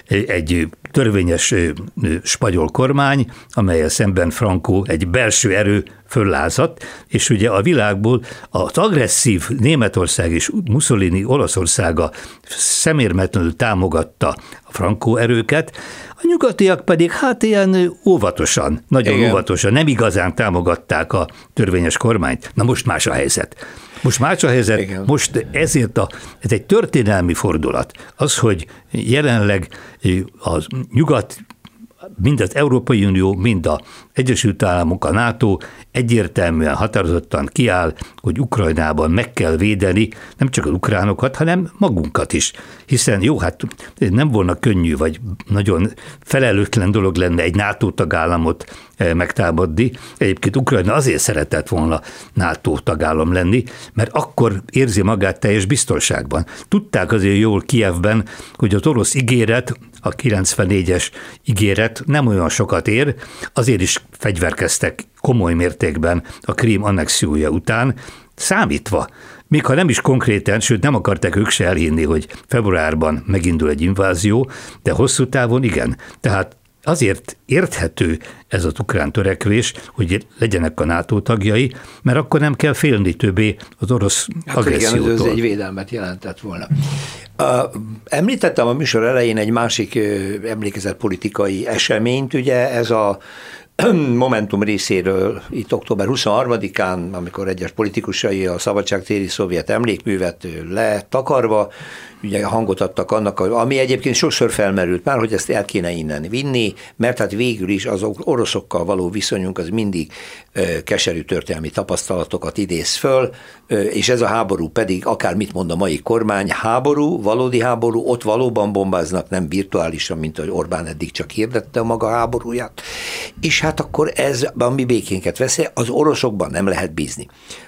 egy törvényes spanyol kormány, amellyel szemben Franco egy belső erő föllázadt, és ugye a világból az agresszív Németország és Mussolini Olaszországa szemérmetlenül támogatta a Franco erőket, a nyugatiak pedig hát ilyen óvatosan, nagyon igen. óvatosan, nem igazán támogatták a törvényes kormányt. Na most más a helyzet. Most más a helyzet, igen. most ezért a, ez egy történelmi fordulat. Az, hogy jelenleg a nyugat, mind az Európai Unió, mind az Egyesült Államok, a NATO egyértelműen határozottan kiáll, hogy Ukrajnában meg kell védeni nem csak az ukránokat, hanem magunkat is. Hiszen jó, hát nem volna könnyű, vagy nagyon felelőtlen dolog lenne egy NATO tagállamot megtámadni. Egyébként Ukrajna azért szeretett volna NATO tagállam lenni, mert akkor érzi magát teljes biztonságban. Tudták azért jól Kijevben, hogy az orosz ígéret, a kilencvennégyes ígéret nem olyan sokat ér, azért is fegyverkeztek komoly mértékben a Krím annexiója után, számítva, még ha nem is konkrétan, sőt nem akarták ők se elhinni, hogy februárban megindul egy invázió, de hosszú távon igen. Tehát azért érthető ez az ukrán törekvés, hogy legyenek a NATO tagjai, mert akkor nem kell félni többé az orosz hát agressziótól. Igen, ez egy védelmet jelentett volna. Uh, említettem a műsor elején egy másik uh, emlékezetpolitikai eseményt, ugye ez a Momentum részéről itt október huszonharmadikán, amikor egyes politikusai a szabadságtéri szovjet emlékművet letakarva, ugye hangot adtak annak, ami egyébként sokszor felmerült már, hogy ezt el kéne innen vinni, mert hát végül is az oroszokkal való viszonyunk az mindig keserű történelmi tapasztalatokat idéz föl, és ez a háború pedig, akármit mond a mai kormány, háború, valódi háború, ott valóban bombáznak, nem virtuálisan, mint ahogy Orbán eddig csak hirdette a maga háborúját, és hát akkor ez, ami békénket veszi, az oroszokban nem lehet bízni.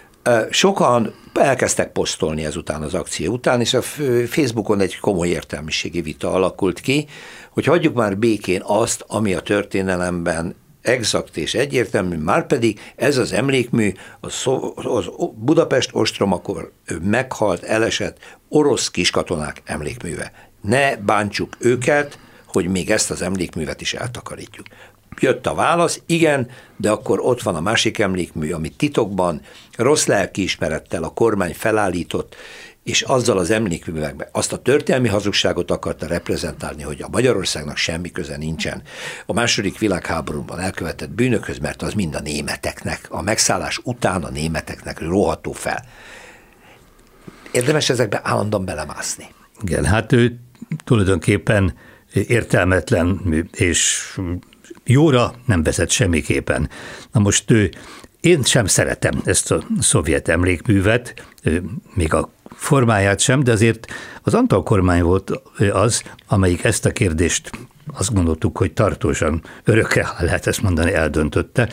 Sokan elkezdtek posztolni ezután az akció után, és a Facebookon egy komoly értelmiségi vita alakult ki, hogy hagyjuk már békén azt, ami a történelemben exakt és egyértelmű, márpedig ez az emlékmű az, az Budapest ostromakor meghalt, elesett orosz kiskatonák emlékműve. Ne bántsuk őket, hogy még ezt az emlékművet is eltakarítjuk. jött a válasz, igen, de akkor ott van a másik emlékmű, amit titokban, rossz lelkiismerettel a kormány felállított, és azzal az emlékművekben azt a történelmi hazugságot akarta reprezentálni, hogy a Magyarországnak semmi köze nincsen a második világháborúban elkövetett bűnökhöz, mert az mind a németeknek, a megszállás után a németeknek roható fel. Érdemes ezekbe állandóan belemászni. Igen, hát ő tulajdonképpen értelmetlen és jóra nem vezet semmiképpen. Na most ő, én sem szeretem ezt a szovjet emlékművet, még a formáját sem, de azért az Antall kormány volt az, amelyik ezt a kérdést azt gondoltuk, hogy tartósan, örökre, lehet ezt mondani, eldöntötte.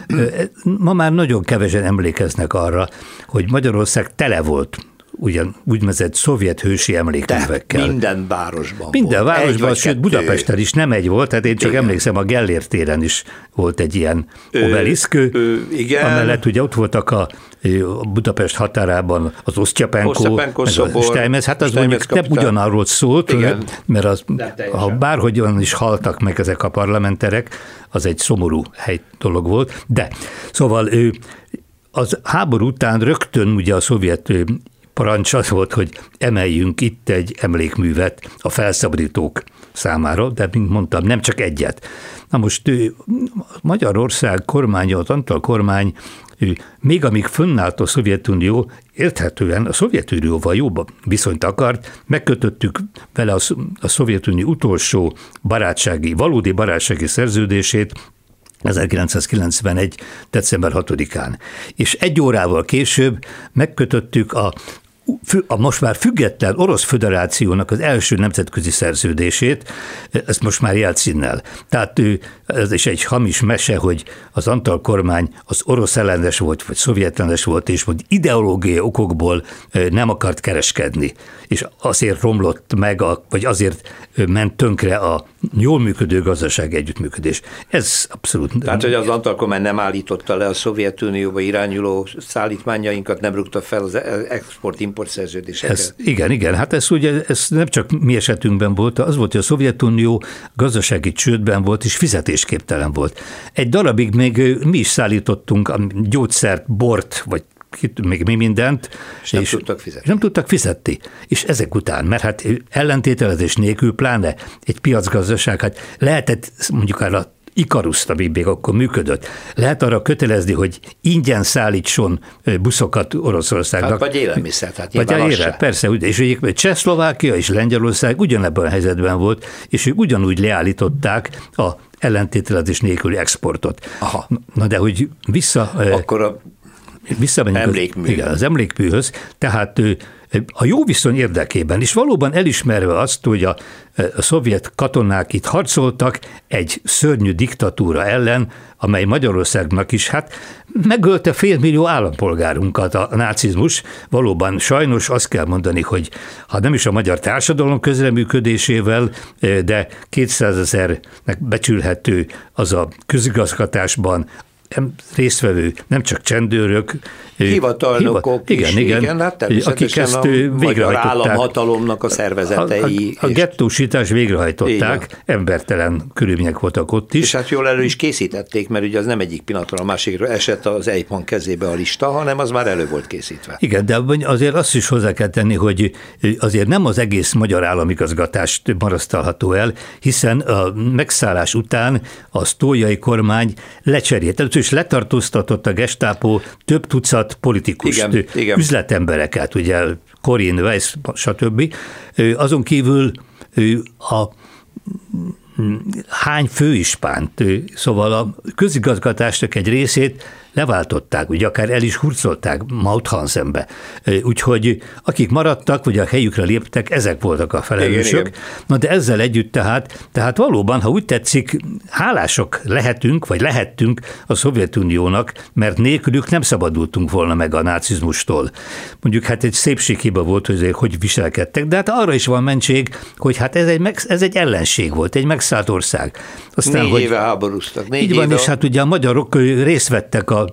Ma már nagyon kevesen emlékeznek arra, hogy Magyarország tele volt ugyan úgynevezett szovjet hősi emlékművekkel. De minden városban Minden volt. városban, sőt Budapesten is nem egy volt, tehát én csak igen. emlékszem, a Gellért téren is volt egy ilyen obeliszk. Amellett ugye ott voltak a Budapest határában az Osztyapenko, meg a Steinmetz, hát az Steinmetz mondjuk nem ugyanarról szólt, igen. mert az, ha bárhogyan is haltak meg ezek a parlamenterek, az egy szomorú hely dolog volt, de szóval az háború után rögtön ugye a szovjet parancs az volt, hogy emeljünk itt egy emlékművet a felszabadítók számára, de mint mondtam, nem csak egyet. Na most Magyarország kormánya, az Antall kormány, még amíg fönnállt a Szovjetunió, érthetően a Szovjetunióval jobb viszonyt akart, megkötöttük vele a Szovjetunió utolsó barátsági, valódi barátsági szerződését, ezerkilencszázkilencvenegy. december hatodikán. És egy órával később megkötöttük a a most már független Orosz Föderációnak az első nemzetközi szerződését, ezt most már Jelcinnel. Tehát ez is egy hamis mese, hogy az Antall kormány az orosz ellenes volt, vagy szovjetellenes volt, és hogy ideológiai okokból nem akart kereskedni. És azért romlott meg, a, vagy azért ment tönkre a jól működő gazdasági együttműködés. Ez abszolút... Tehát, hogy az Antall kormány nem állította le a Szovjetunióba irányuló szállítmányainkat, nem rúgta fel az export-import szerződéseket. Ez, igen, igen, hát ez ugye ez nem csak mi esetünkben volt, az volt, hogy a Szovjetunió gazdasági csődben volt, és fizetésképtelen volt. Egy darabig még mi is szállítottunk gyógyszert, bort, vagy még mi mindent. És nem és tudtak fizetni. Nem tudtak fizetni. És ezek után, mert hát ellentételezés nélkül, pláne egy piacgazdaság, hát lehetett mondjuk arra Ikaruszt, ami még akkor működött. Lehet arra kötelezni, hogy ingyen szállítson buszokat Oroszországnak. Hát vagy élelmiszert, hát nyilván az se. Persze, és egyébként Csehszlovákia és Lengyelország ugyanebben a helyzetben volt, és ők ugyanúgy leállították a ellentételezés nélküli exportot. Aha. Na de hogy vissza... Akkor a emlékmű. Az, igen, az emlékműhöz, tehát a jó viszony érdekében is valóban elismerve azt, hogy a, a szovjet katonák itt harcoltak egy szörnyű diktatúra ellen, amely Magyarországnak is hát megölte félmillió állampolgárunkat a nácizmus. Valóban sajnos azt kell mondani, hogy ha nem is a magyar társadalom közreműködésével, de kétszázezernek becsülhető az a közigazgatásban résztvevő, nem csak csendőrök, hivatalnokok hiva, igen, is, igen, igen, hát akik ezt a magyar államhatalomnak a szervezetei. A, a, a gettósítás végrehajtották, igen. Embertelen körülmények voltak ott is. És hát jól elő is készítették, mert ugye az nem egyik pillanatra a másikra esett az é i pé á kezébe a lista, hanem az már elő volt készítve. Igen, de azért azt is hozzá kell tenni, hogy azért nem az egész magyar államigazgatást marasztalható el, hiszen a megszállás után a sztójai kormány lecserélt, és letartóztatott a Gestapo több tucat politikust, igen, igen. üzletembereket, ugye Korin, Weiss, stb. Azon kívül a hány főispánt, szóval a közigazgatásnak egy részét leváltották, ugye akár el is hurcolták Mauthansenbe. Úgyhogy akik maradtak, vagy a helyükre léptek, ezek voltak a felelősök. Igen, igen. Na de ezzel együtt tehát, tehát valóban, ha úgy tetszik, hálások lehetünk, vagy lehettünk a Szovjetuniónak, mert nélkülük nem szabadultunk volna meg a nácizmustól. Mondjuk hát egy szépséghiba volt, hogy hogy viselkedtek, de hát arra is van mentség, hogy hát ez egy, ez egy ellenség volt, egy megszállt ország. Aztán, négy hogy, éve háborúztak. Négy így van, éve... és hát ugye a magyarok részt vettek a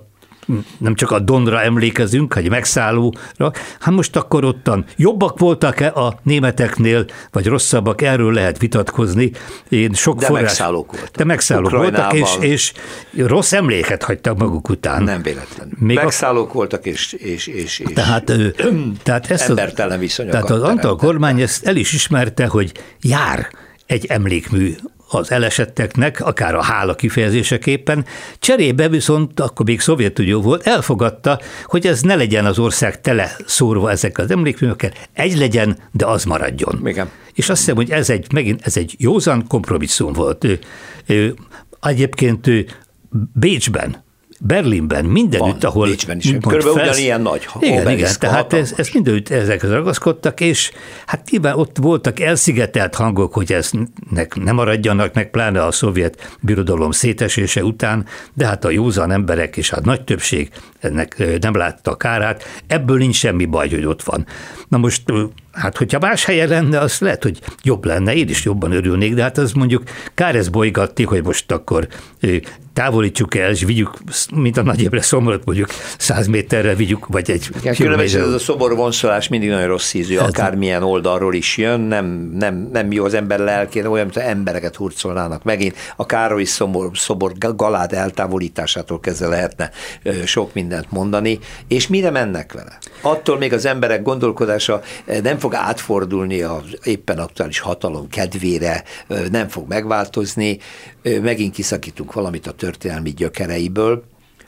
nem csak a Donra emlékezünk, hogy megszállóra, hát most akkor ottan jobbak voltak-e a németeknél, vagy rosszabbak, erről lehet vitatkozni. Én sok de forrás, megszállók voltak. De megszállók voltak, és, és rossz emléket hagytak maguk után. Nem véletlenül. Még megszállók a... voltak, és, és, és, és tehát, tehát ezt embertelen viszonyokat Tehát az Antal kormány ezt el is ismerte, hogy jár egy emlékmű az elesetteknek, akár a hála kifejezéseképpen, cserébe viszont, akkor még Szovjetunió volt, elfogadta, hogy ez ne legyen az ország tele szórva ezekkel az emlékművekkel, egy legyen, de az maradjon. Igen. És azt hiszem, hogy ez egy, megint ez egy józan kompromisszum volt. Ő, ő, egyébként ő Bécsben, Berlinben, mindenütt, ahol... Bécsben is. Körülbelül felsz... ugyanilyen nagy. Igen, igen, tehát ez, ez mindenütt ezekhez ragaszkodtak, és hát nyilván ott voltak elszigetelt hangok, hogy eznek nem maradjanak meg, pláne a szovjet birodalom szétesése után, de hát a józan emberek és a nagy többség ennek nem látta a kárát, ebből nincs semmi baj, hogy ott van. Na most... Hát, hogyha más helyen lenne, az lehet, hogy jobb lenne, én is jobban örülnék, de hát az mondjuk kár ezt bolygatni, hogy most akkor távolítsuk el, és vigyük, mint a Nagy Imre szobrot, mondjuk száz méterre vigyük, vagy egy... Igen, különösen ez a szoborvonszolás mindig nagyon rossz ízű, hát, akármilyen oldalról is jön, nem, nem, nem jó az ember lelkére, olyan, mint embereket hurcolnának megint. A Károly szobor, szobor galád eltávolításától kezdve lehetne sok mindent mondani, és mire mennek vele? Attól még az emberek gondolkodása nem fog átfordulni az éppen aktuális hatalom kedvére, nem fog megváltozni, megint kiszakítunk valamit a történelmi gyökereiből.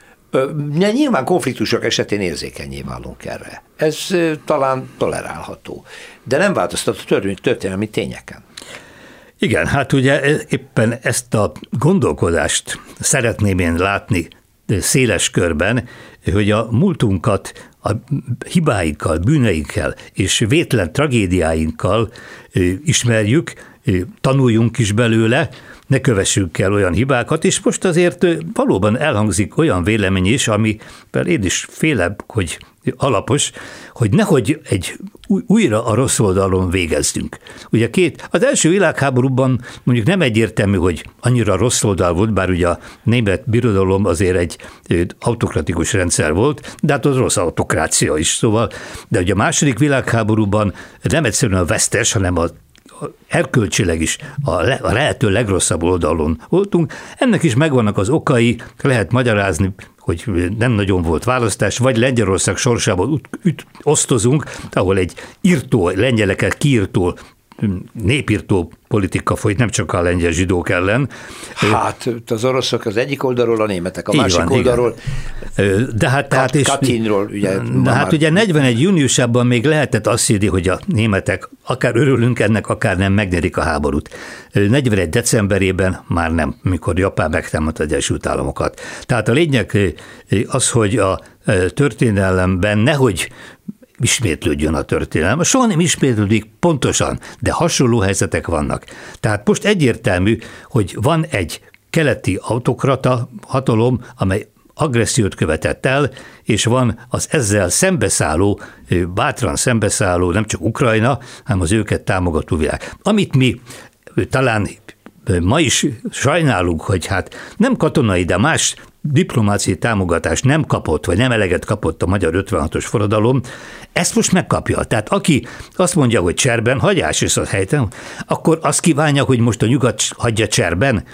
Nyilván konfliktusok esetén érzékenyé válunk erre. Ez talán tolerálható, de nem változtat a történelmi tényeken. Igen, hát ugye éppen ezt a gondolkodást szeretném én látni széles körben, hogy a múltunkat a hibáinkkal, bűneinkkel és vétlen tragédiáinkkal ismerjük, tanuljunk is belőle, ne kövessünk el olyan hibákat, és most azért valóban elhangzik olyan vélemény is, amivel én is félek, hogy alapos, hogy nehogy egy újra a rossz oldalon végezzünk. Ugye két, az első világháborúban mondjuk nem egyértelmű, hogy annyira rossz oldal volt, bár ugye a német birodalom azért egy autokratikus rendszer volt, de hát az rossz autokrácia is, szóval, de ugye a második világháborúban nem egyszerűen a vesztes, hanem a erkölcsileg is a, le, a lehető legrosszabb oldalon voltunk. Ennek is megvannak az okai, lehet magyarázni, hogy nem nagyon volt választás, vagy Lengyelország sorsából üt, üt, osztozunk, ahol egy írtó, lengyeleket kiírtó, népírtó politika folyt, nem csak a lengyel zsidók ellen. Hát az oroszok az egyik oldalról, a németek a másik van, oldalról. Igen. De hát, tehát és, Katinról, ugye. De hát már... ugye negyvenegy júniusában még lehetett azt hinni, hogy a németek akár örülünk ennek, akár nem, megnyerik a háborút. negyvenegy decemberében már nem, mikor Japán megtámadta az Egyesült Államokat. Tehát a lényeg az, hogy a történelemben nehogy ismétlődjön a történelem. Soha nem ismétlődik pontosan, de hasonló helyzetek vannak. Tehát most egyértelmű, hogy van egy keleti autokrata hatalom, amely agressziót követett el, és van az ezzel szembeszálló, bátran szembeszálló nem csak Ukrajna, hanem az őket támogató világ. Amit mi talán ma is sajnálunk, hogy hát nem katonai, de más diplomáciai támogatást nem kapott, vagy nem eleget kapott a magyar ötvenhatos forradalom, ezt most megkapja. Tehát aki azt mondja, hogy cserben, hagyás és az helyten, akkor azt kívánja, hogy most a nyugat hagyja cserben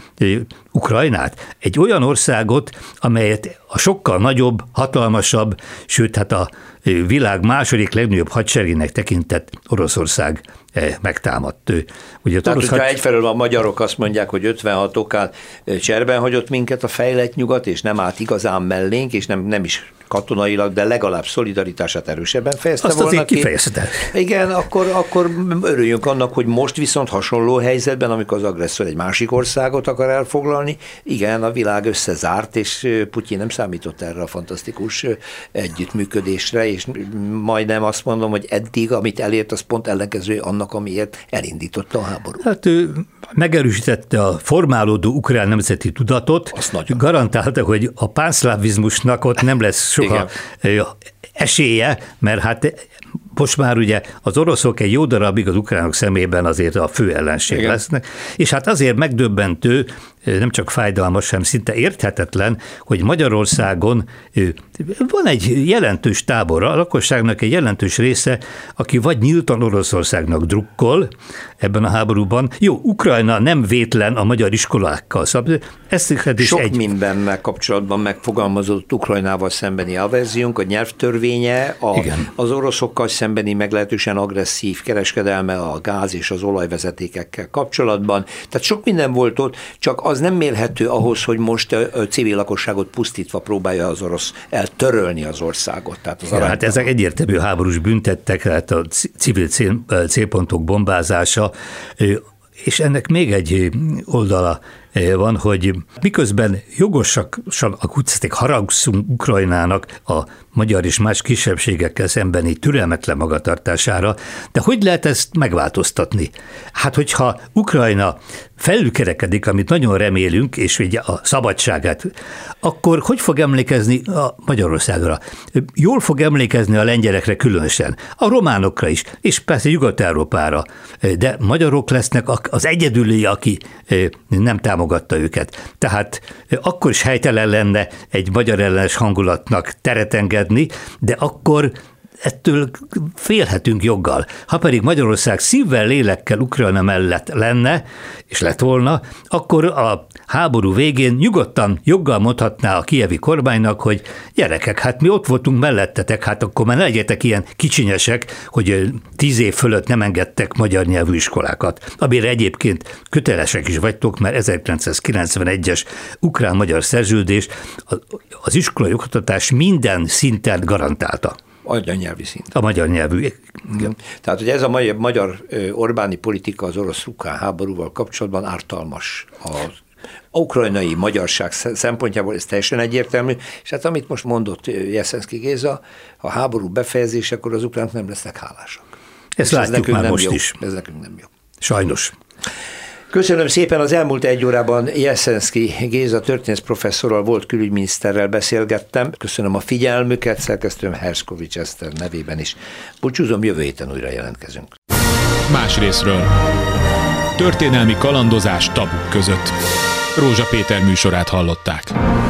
Ukrajnát. Egy olyan országot, amelyet a sokkal nagyobb, hatalmasabb, sőt, hát a világ második legnagyobb hadseregének tekintett Oroszország megtámadt. Ugye, Tehát, hogyha had... egyfelől a magyarok azt mondják, hogy ötvenhat okán cserben hagyott minket a fejlett nyugat, és nem állt igazán mellénk, és nem, nem is katonailag, de legalább szolidaritását erősebben fejezte azt volna ki. Kifejezte. Igen, akkor, akkor örüljünk annak, hogy most viszont hasonló helyzetben, amikor az agresszor egy másik országot akar elfoglalni, igen, a világ összezárt, és Putyin nem számított erre a fantasztikus együttműködésre, és majdnem azt mondom, hogy eddig, amit elért, az pont ellenkező annak, amiért elindította a háborút. Hát ő megerősítette a formálódó ukrán nemzeti tudatot, garantálta, hogy a pánszlávizmusnak ott nem lesz soha igen. esélye, mert hát most már ugye az oroszok egy jó darabig az ukránok szemében azért a fő ellenség igen. lesznek, és hát azért megdöbbentő, nem csak fájdalmas, hanem szinte érthetetlen, hogy Magyarországon van egy jelentős tábor, a lakosságnak egy jelentős része, aki vagy nyíltan Oroszországnak drukkol ebben a háborúban. Jó, Ukrajna nem vétlen a magyar iskolákkal. Szóval ezt is Sok egy... mindennel kapcsolatban megfogalmazott Ukrajnával szembeni averziónk, a nyelvtörvénye, a, az oroszokkal szembeni meglehetősen agresszív kereskedelme a gáz és az olajvezetékekkel kapcsolatban. Tehát sok minden volt ott, csak az nem mérhető ahhoz, hogy most a civil lakosságot pusztítva próbálja az orosz eltörölni az országot. Tehát az ja, hát ezek egyértelmű háborús büntettek, tehát a civil cél, célpontok bombázása, és ennek még egy oldala van, hogy miközben jogosak a haragszunk Ukrajnának a magyar és más kisebbségekkel szembeni türelmetlen magatartására, de hogy lehet ezt megváltoztatni? Hát, hogyha Ukrajna felülkerekedik, amit nagyon remélünk, és ugye a szabadságát, akkor hogy fog emlékezni a Magyarországra? Jól fog emlékezni a lengyelekre különösen, a románokra is, és persze Nyugat-Európára, de magyarok lesznek az egyedüli, aki nem támogatta őket. Tehát akkor is helytelen lenne egy magyar ellenes hangulatnak teret engedni, de akkor ettől félhetünk joggal. Ha pedig Magyarország szívvel, lélekkel Ukrajna mellett lenne, és lett volna, akkor a háború végén nyugodtan joggal mondhatná a kijevi kormánynak, hogy gyerekek, hát mi ott voltunk mellettetek, hát akkor már ne legyetek ilyen kicsinyesek, hogy tíz év fölött nem engedtek magyar nyelvű iskolákat, amire egyébként kötelesek is vagytok, mert ezerkilencszázkilencvenegyes ukrán-magyar szerződés az iskolai oktatás minden szinten garantálta. A nyelvi szint. A magyar nyelvű. Igen. Tehát, hogy ez a magyar, magyar Orbáni politika az orosz-ukrán háborúval kapcsolatban ártalmas a ukrajnai magyarság szempontjából, ez teljesen egyértelmű, és hát amit most mondott Jeszenszky Géza, a háború befejezésekor az ukránok nem lesznek hálásak. Ezt látjuk már most jó. is. Ez nekünk nem jó. Sajnos. Köszönöm szépen, az elmúlt egy órában Jeszenszky Géza történész professzorral, volt külügyminiszterrel beszélgettem. Köszönöm a figyelmüket, szerkesztőm Herszkovics Eszter nevében is. Búcsúzom, jövő héten újra jelentkezünk. Más részről. Történelmi kalandozás tabuk között. Rózsa Péter műsorát hallották.